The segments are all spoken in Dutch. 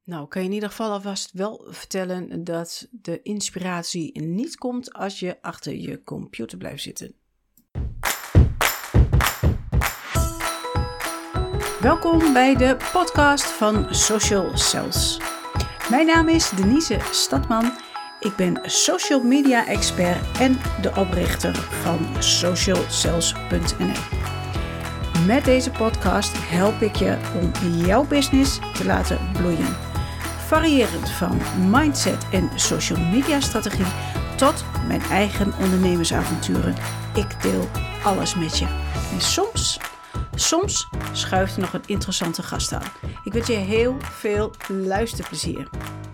Nou, kan je in ieder geval alvast wel vertellen dat de inspiratie niet komt als je achter je computer blijft zitten. Welkom bij de podcast van Social Cells. Mijn naam is Denise Stadman. Ik ben social media expert en de oprichter van socialcells.nl. Met deze podcast help ik je om jouw business te laten bloeien. Variërend van mindset en social media strategie tot mijn eigen ondernemersavonturen. Ik deel alles met je. En soms schuift er nog een interessante gast aan. Ik wens je heel veel luisterplezier.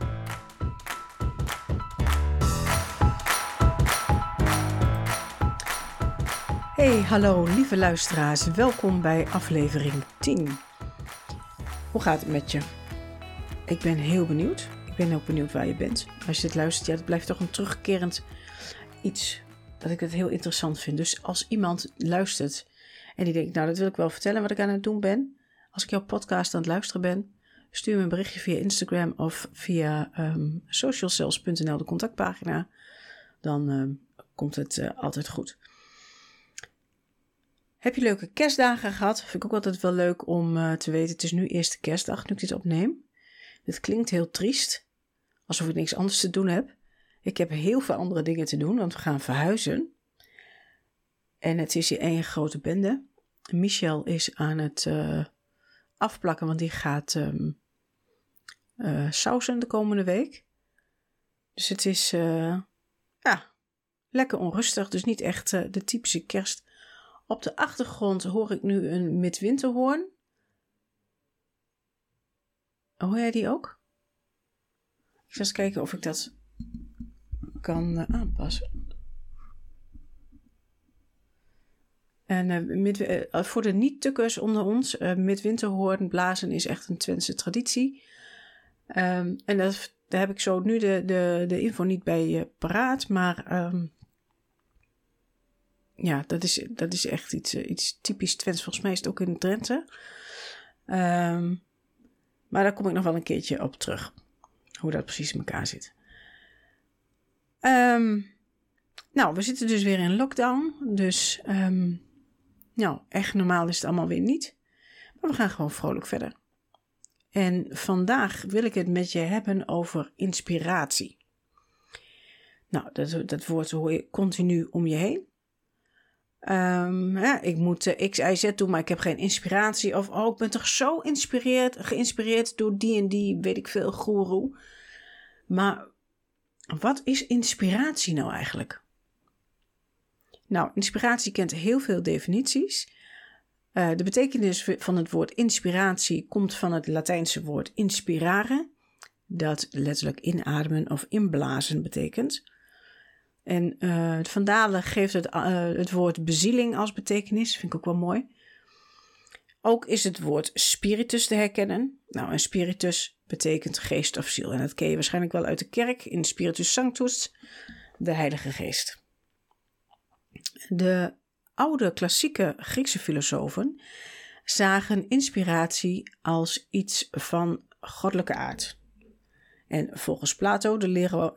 Hey, hallo lieve luisteraars. Welkom bij aflevering 10. Hoe gaat het met je? Ik ben heel benieuwd. Ik ben ook benieuwd waar je bent. Als je dit luistert, ja, dat blijft toch een terugkerend iets dat ik het heel interessant vind. Dus als iemand luistert en die denkt, nou dat wil ik wel vertellen wat ik aan het doen ben. Als ik jouw podcast aan het luisteren ben, stuur me een berichtje via Instagram of via socialcells.nl, de contactpagina. Dan komt het altijd goed. Heb je leuke kerstdagen gehad? Vind ik ook altijd wel leuk om te weten. Het is nu eerste kerstdag, nu ik dit opneem. Dit klinkt heel triest, alsof ik niks anders te doen heb. Ik heb heel veel andere dingen te doen, want we gaan verhuizen. En het is hier één grote bende. Michel is aan het afplakken, want die gaat sausen de komende week. Dus het is lekker onrustig, dus niet echt de typische kerst. Op de achtergrond hoor ik nu een midwinterhoorn. Hoor jij die ook? Ik ga eens kijken of ik dat kan aanpassen. En voor de niet-tukkers onder ons, midwinterhoorn blazen is echt een Twentse traditie. En daar heb ik zo nu de info niet bij paraat, maar ja, dat is echt iets typisch Twents. Volgens mij is het ook in Drenthe. Maar daar kom ik nog wel een keertje op terug. Hoe dat precies in elkaar zit. Nou, we zitten dus weer in lockdown. Dus echt normaal is het allemaal weer niet. Maar we gaan gewoon vrolijk verder. En vandaag wil ik het met je hebben over inspiratie. Nou, dat woord hoor je continu om je heen. Ik moet X, Y, Z doen, maar ik heb geen inspiratie. Of, ik ben toch zo geïnspireerd door die en die, weet ik veel, goeroe. Maar wat is inspiratie nou eigenlijk? Nou, inspiratie kent heel veel definities. De betekenis van het woord inspiratie komt van het Latijnse woord inspirare, dat letterlijk inademen of inblazen betekent. En Van Dalen geeft het woord bezieling als betekenis. Vind ik ook wel mooi. Ook is het woord spiritus te herkennen. Nou, en spiritus betekent geest of ziel. En dat ken je waarschijnlijk wel uit de kerk. In Spiritus Sanctus, de Heilige Geest. De oude klassieke Griekse filosofen zagen inspiratie als iets van goddelijke aard. En volgens Plato, de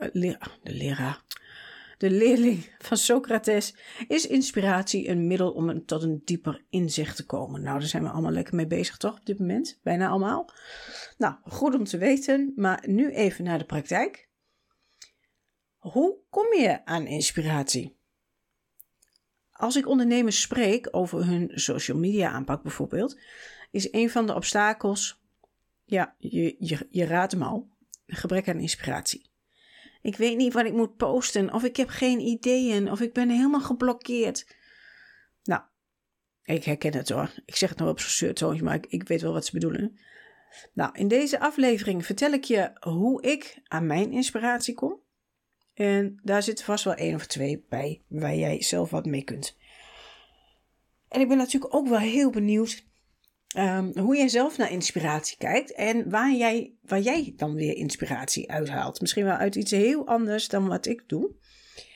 leerling van Socrates, is inspiratie een middel om tot een dieper inzicht te komen. Nou, daar zijn we allemaal lekker mee bezig, toch, op dit moment? Bijna allemaal. Nou, goed om te weten, maar nu even naar de praktijk. Hoe kom je aan inspiratie? Als ik ondernemers spreek over hun social media aanpak bijvoorbeeld, is een van de obstakels, ja, je raadt hem al, gebrek aan inspiratie. Ik weet niet wat ik moet posten, of ik heb geen ideeën, of ik ben helemaal geblokkeerd. Nou, ik herken het hoor. Ik zeg het nou op zo'n zeurtoontje, maar ik weet wel wat ze bedoelen. Nou, in deze aflevering vertel ik je hoe ik aan mijn inspiratie kom. En daar zit vast wel 1 of 2 bij, waar jij zelf wat mee kunt. En ik ben natuurlijk ook wel heel benieuwd hoe jij zelf naar inspiratie kijkt en waar jij dan weer inspiratie uithaalt. Misschien wel uit iets heel anders dan wat ik doe.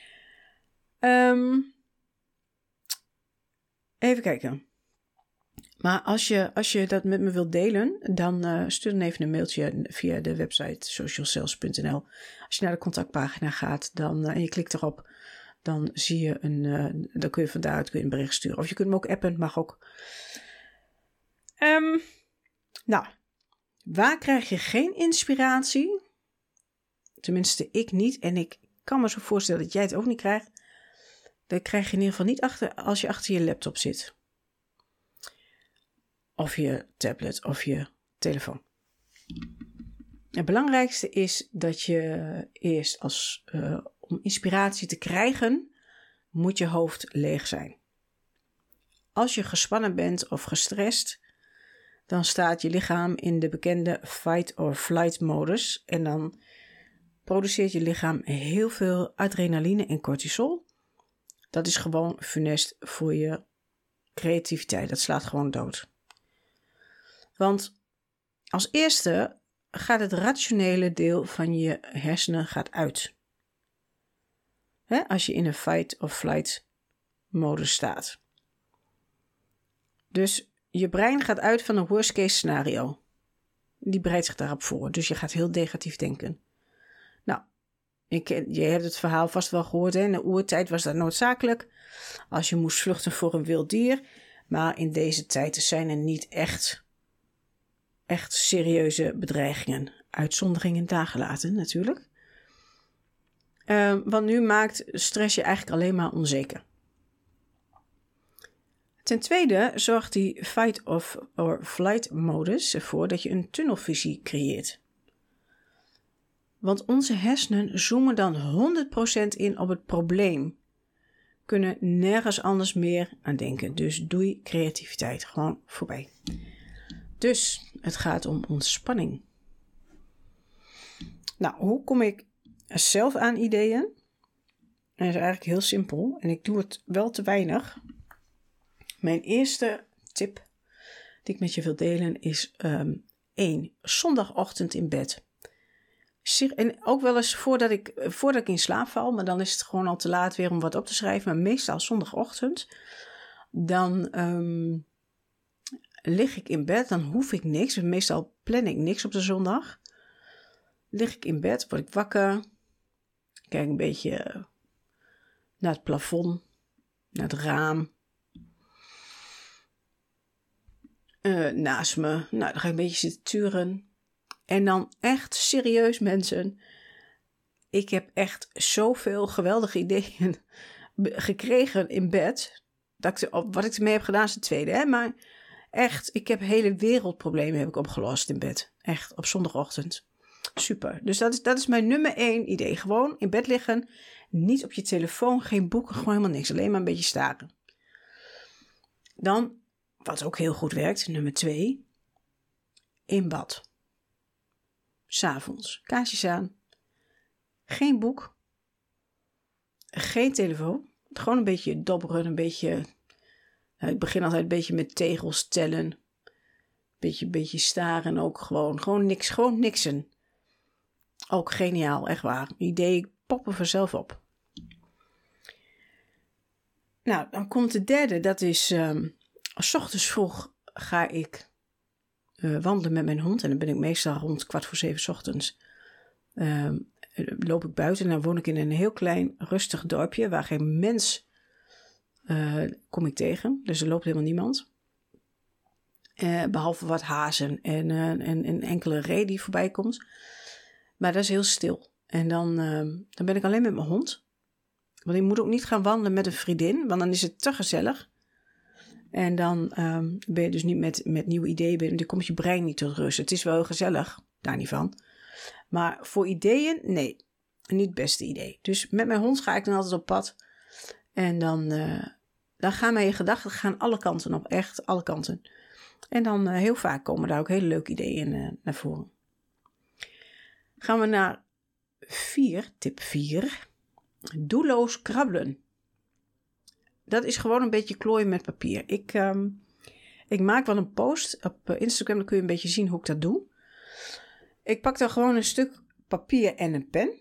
Even kijken. Maar als je dat met me wilt delen, dan stuur dan even een mailtje via de website socialcells.nl. Als je naar de contactpagina gaat en je klikt erop, dan zie je dan kun je van daaruit een bericht sturen. Of je kunt hem ook appen, mag ook. Nou, waar krijg je geen inspiratie? Tenminste, ik niet. En ik kan me zo voorstellen dat jij het ook niet krijgt. Dat krijg je in ieder geval niet als je achter je laptop zit. Of je tablet of je telefoon. Het belangrijkste is dat je eerst om inspiratie te krijgen, moet je hoofd leeg zijn. Als je gespannen bent of gestrest, dan staat je lichaam in de bekende fight or flight modus. En dan produceert je lichaam heel veel adrenaline en cortisol. Dat is gewoon funest voor je creativiteit. Dat slaat gewoon dood. Want als eerste gaat het rationele deel van je hersenen uit. Als je in een fight or flight modus staat. Dus je brein gaat uit van een worst case scenario. Die bereidt zich daarop voor. Dus je gaat heel negatief denken. Nou, je hebt het verhaal vast wel gehoord. In de oertijd was dat noodzakelijk. Als je moest vluchten voor een wild dier. Maar in deze tijd zijn er niet echt serieuze bedreigingen. Uitzonderingen daargelaten natuurlijk. Want nu maakt stress je eigenlijk alleen maar onzeker. Ten tweede zorgt die fight or flight modus ervoor dat je een tunnelvisie creëert. Want onze hersenen zoomen dan 100% in op het probleem. Kunnen nergens anders meer aan denken. Dus doei creativiteit. Gewoon voorbij. Dus het gaat om ontspanning. Nou, hoe kom ik zelf aan ideeën? Dat is eigenlijk heel simpel. En ik doe het wel te weinig. Mijn eerste tip die ik met je wil delen is 1. Zondagochtend in bed. En ook wel eens voordat ik in slaap val, maar dan is het gewoon al te laat weer om wat op te schrijven. Maar meestal zondagochtend, dan lig ik in bed, dan hoef ik niks. Meestal plan ik niks op de zondag. Lig ik in bed, word ik wakker, kijk een beetje naar het plafond, naar het raam. Naast me, nou dan ga ik een beetje zitten turen. En dan echt serieus mensen, ik heb echt zoveel geweldige ideeën gekregen in bed. Wat ik ermee heb gedaan is het tweede. Hè? Maar echt, ik heb hele wereldproblemen heb ik opgelost in bed. Echt, op zondagochtend. Super. Dus dat is mijn nummer 1 idee. Gewoon in bed liggen. Niet op je telefoon, geen boeken, gewoon helemaal niks. Alleen maar een beetje staren. Dan, wat ook heel goed werkt, nummer 2. In bad. 's Avonds, kaarsjes aan, geen boek, geen telefoon, gewoon een beetje dobberen, een beetje, ik begin altijd een beetje met tegels tellen, beetje staren ook gewoon niks, gewoon niksen. Ook geniaal, echt waar, ideeën poppen vanzelf op. Nou, dan komt de derde, dat is, 's ochtends vroeg ga ik wandelen met mijn hond. En dan ben ik meestal rond 6:15 's ochtends. Loop ik buiten en dan woon ik in een heel klein rustig dorpje waar geen mens kom ik tegen. Dus er loopt helemaal niemand. Behalve wat hazen en een enkele ree die voorbij komt. Maar dat is heel stil. En dan ben ik alleen met mijn hond. Want ik moet ook niet gaan wandelen met een vriendin, want dan is het te gezellig. En dan ben je dus niet met nieuwe ideeën, dan komt je brein niet tot rust. Het is wel heel gezellig, daar niet van. Maar voor ideeën, nee, niet het beste idee. Dus met mijn hond ga ik dan altijd op pad. En dan gaan mijn gedachten alle kanten op, echt alle kanten. En dan heel vaak komen daar ook hele leuke ideeën naar voren. Gaan we naar tip 4. Doelloos krabbelen. Dat is gewoon een beetje klooien met papier. Ik maak wel een post op Instagram, dan kun je een beetje zien hoe ik dat doe. Ik pak dan gewoon een stuk papier en een pen.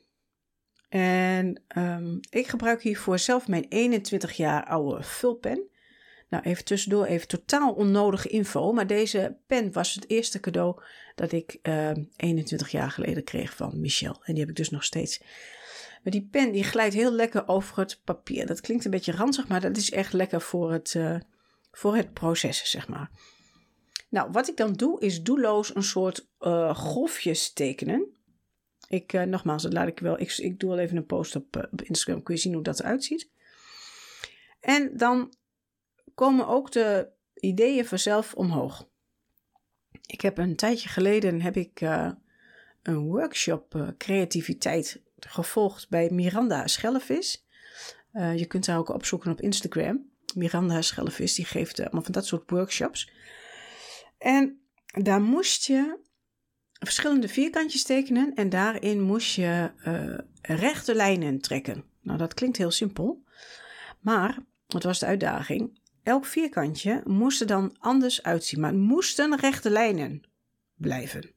En ik gebruik hiervoor zelf mijn 21 jaar oude vulpen. Nou, even tussendoor, even totaal onnodige info. Maar deze pen was het eerste cadeau dat ik 21 jaar geleden kreeg van Michel. En die heb ik dus nog steeds. Maar die pen die glijdt heel lekker over het papier. Dat klinkt een beetje ranzig, maar dat is echt lekker voor het proces, zeg maar. Nou, wat ik dan doe, is doelloos een soort golfjes tekenen. Nogmaals, dat laat ik wel. Ik doe wel even een post op Instagram. Kun je zien hoe dat eruit ziet. En dan komen ook de ideeën vanzelf omhoog. Ik heb een tijdje geleden een workshop creativiteit gevolgd bij Miranda Schellevis. Je kunt haar ook opzoeken op Instagram. Miranda Schellevis, die geeft allemaal van dat soort workshops. En daar moest je verschillende vierkantjes tekenen en daarin moest je rechte lijnen trekken. Nou, dat klinkt heel simpel, maar het was de uitdaging. Elk vierkantje moest er dan anders uitzien, maar het moesten rechte lijnen blijven.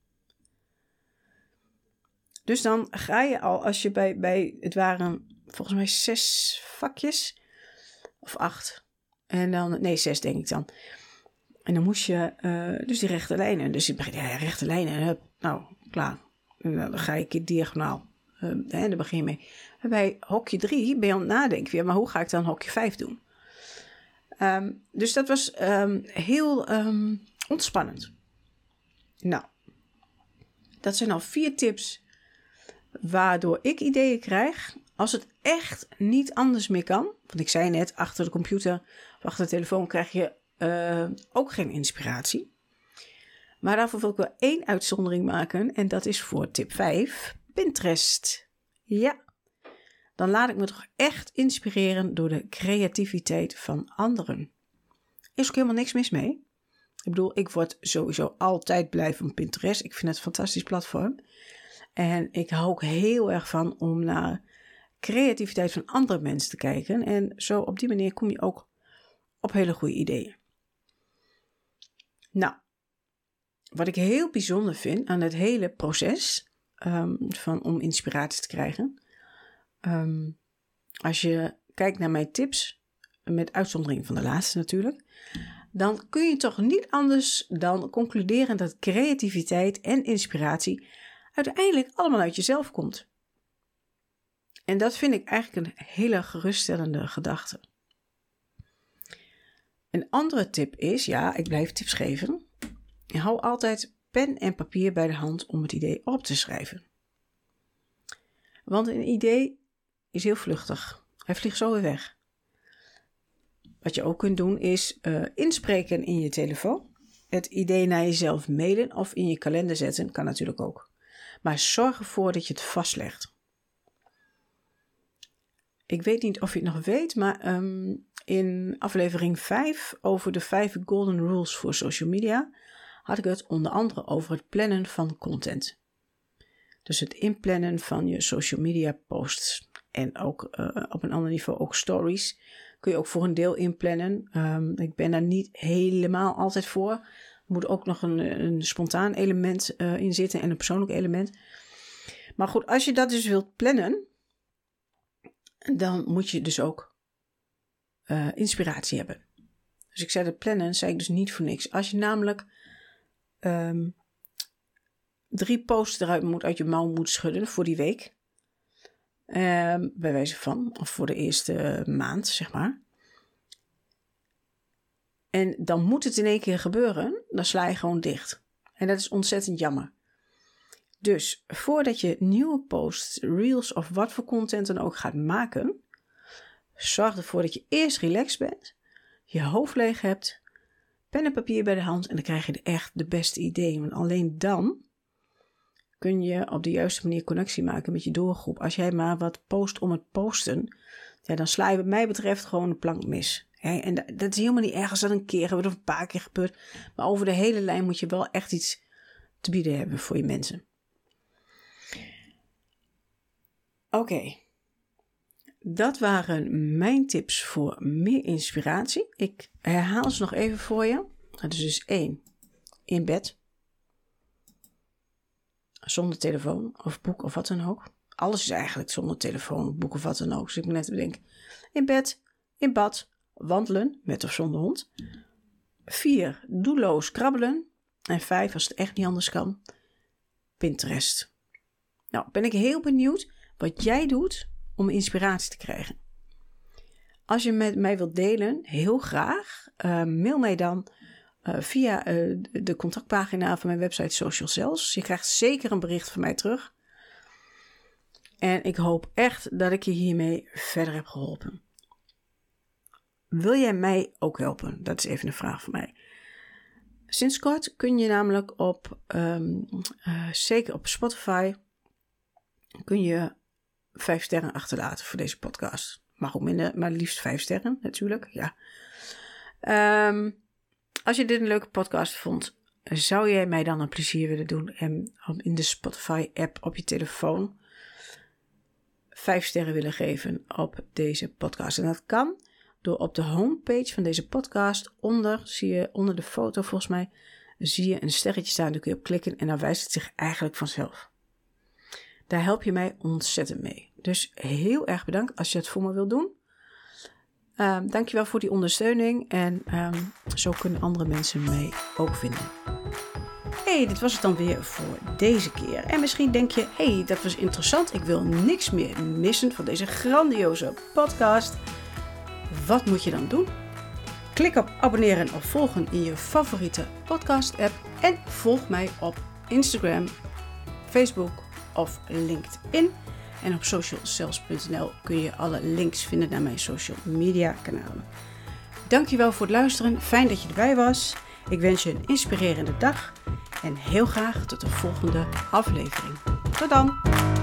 Dus dan ga je al, als je bij het waren volgens mij 6 vakjes of 8. En dan, nee 6 denk ik dan. En dan moest je dus die rechte lijnen. Dus je begint, rechte lijnen, hup, nou, klaar. En dan ga je een keer diagonaal. En daar begin je mee. En bij hokje 3 ben je aan het nadenken. Maar hoe ga ik dan hokje 5 doen? Dus dat was heel ontspannend. Nou, dat zijn al 4 tips waardoor ik ideeën krijg. Als het echt niet anders meer kan. Want ik zei net, achter de computer of achter de telefoon krijg je ook geen inspiratie. Maar daarvoor wil ik wel 1 uitzondering maken. En dat is voor tip 5. Pinterest. Ja. Dan laat ik me toch echt inspireren door de creativiteit van anderen. Is ook helemaal niks mis mee. Ik bedoel, ik word sowieso altijd blij van Pinterest. Ik vind het een fantastisch platform. En ik hou ook heel erg van om naar creativiteit van andere mensen te kijken. En zo op die manier kom je ook op hele goede ideeën. Nou, wat ik heel bijzonder vind aan het hele proces om inspiratie te krijgen. Als je kijkt naar mijn tips, met uitzondering van de laatste natuurlijk, dan kun je toch niet anders dan concluderen dat creativiteit en inspiratie uiteindelijk allemaal uit jezelf komt. En dat vind ik eigenlijk een hele geruststellende gedachte. Een andere tip is, ik blijf tips geven. Hou altijd pen en papier bij de hand om het idee op te schrijven. Want een idee is heel vluchtig. Hij vliegt zo weer weg. Wat je ook kunt doen is inspreken in je telefoon. Het idee naar jezelf mailen of in je kalender zetten. Kan natuurlijk ook. Maar zorg ervoor dat je het vastlegt. Ik weet niet of je het nog weet, maar in aflevering 5 over de 5 golden rules voor social media had ik het onder andere over het plannen van content. Dus het inplannen van je social media posts en ook op een ander niveau ook stories kun je ook voor een deel inplannen. Ik ben daar niet helemaal altijd voor. Er moet ook nog een spontaan element in zitten en een persoonlijk element. Maar goed, als je dat dus wilt plannen, dan moet je dus ook inspiratie hebben. Dus ik zei dat plannen, zei ik dus niet voor niks. Als je namelijk 3 posts eruit uit je mouw moet schudden voor die week. Bij wijze van, of voor de eerste maand, zeg maar. En dan moet het in één keer gebeuren, dan sla je gewoon dicht. En dat is ontzettend jammer. Dus voordat je nieuwe posts, reels of wat voor content dan ook gaat maken, zorg ervoor dat je eerst relaxed bent, je hoofd leeg hebt, pen en papier bij de hand en dan krijg je echt de beste ideeën. Want alleen dan kun je op de juiste manier connectie maken met je doelgroep. Als jij maar wat post om het posten, dan sla je wat mij betreft gewoon de plank mis. En dat is helemaal niet erg als dat een keer gebeurt of een paar keer gebeurt. Maar over de hele lijn moet je wel echt iets te bieden hebben voor je mensen. Oké. Dat waren mijn tips voor meer inspiratie. Ik herhaal ze nog even voor je. Dat is dus 1. In bed. Zonder telefoon of boek of wat dan ook. Alles is eigenlijk zonder telefoon, boek of wat dan ook. Dus ik moet net bedenken. In bed, in bad wandelen, met of zonder hond. 4, doelloos krabbelen. En 5, als het echt niet anders kan, Pinterest. Nou, ben ik heel benieuwd wat jij doet om inspiratie te krijgen. Als je met mij wilt delen, heel graag, mail mij dan via de contactpagina van mijn website Social Cells. Je krijgt zeker een bericht van mij terug. En ik hoop echt dat ik je hiermee verder heb geholpen. Wil jij mij ook helpen? Dat is even een vraag van mij. Sinds kort kun je namelijk zeker op Spotify, kun je 5 sterren achterlaten voor deze podcast. Mag ook minder, maar liefst 5 sterren natuurlijk. Ja. Als je dit een leuke podcast vond, zou jij mij dan een plezier willen doen en in de Spotify app op je telefoon 5 sterren willen geven op deze podcast. En dat kan door op de homepage van deze podcast onder de foto volgens mij, zie je een sterretje staan. Daar kun je op klikken en dan wijst het zich eigenlijk vanzelf. Daar help je mij ontzettend mee. Dus heel erg bedankt als je het voor me wilt doen. Dankjewel voor die ondersteuning. En zo kunnen andere mensen mij ook vinden. Hey, dit was het dan weer voor deze keer. En misschien denk je, hey, dat was interessant. Ik wil niks meer missen van deze grandioze podcast. Wat moet je dan doen? Klik op abonneren of volgen in je favoriete podcast app. En volg mij op Instagram, Facebook of LinkedIn. En op socialcells.nl kun je alle links vinden naar mijn social media kanalen. Dankjewel voor het luisteren. Fijn dat je erbij was. Ik wens je een inspirerende dag. En heel graag tot de volgende aflevering. Tot dan!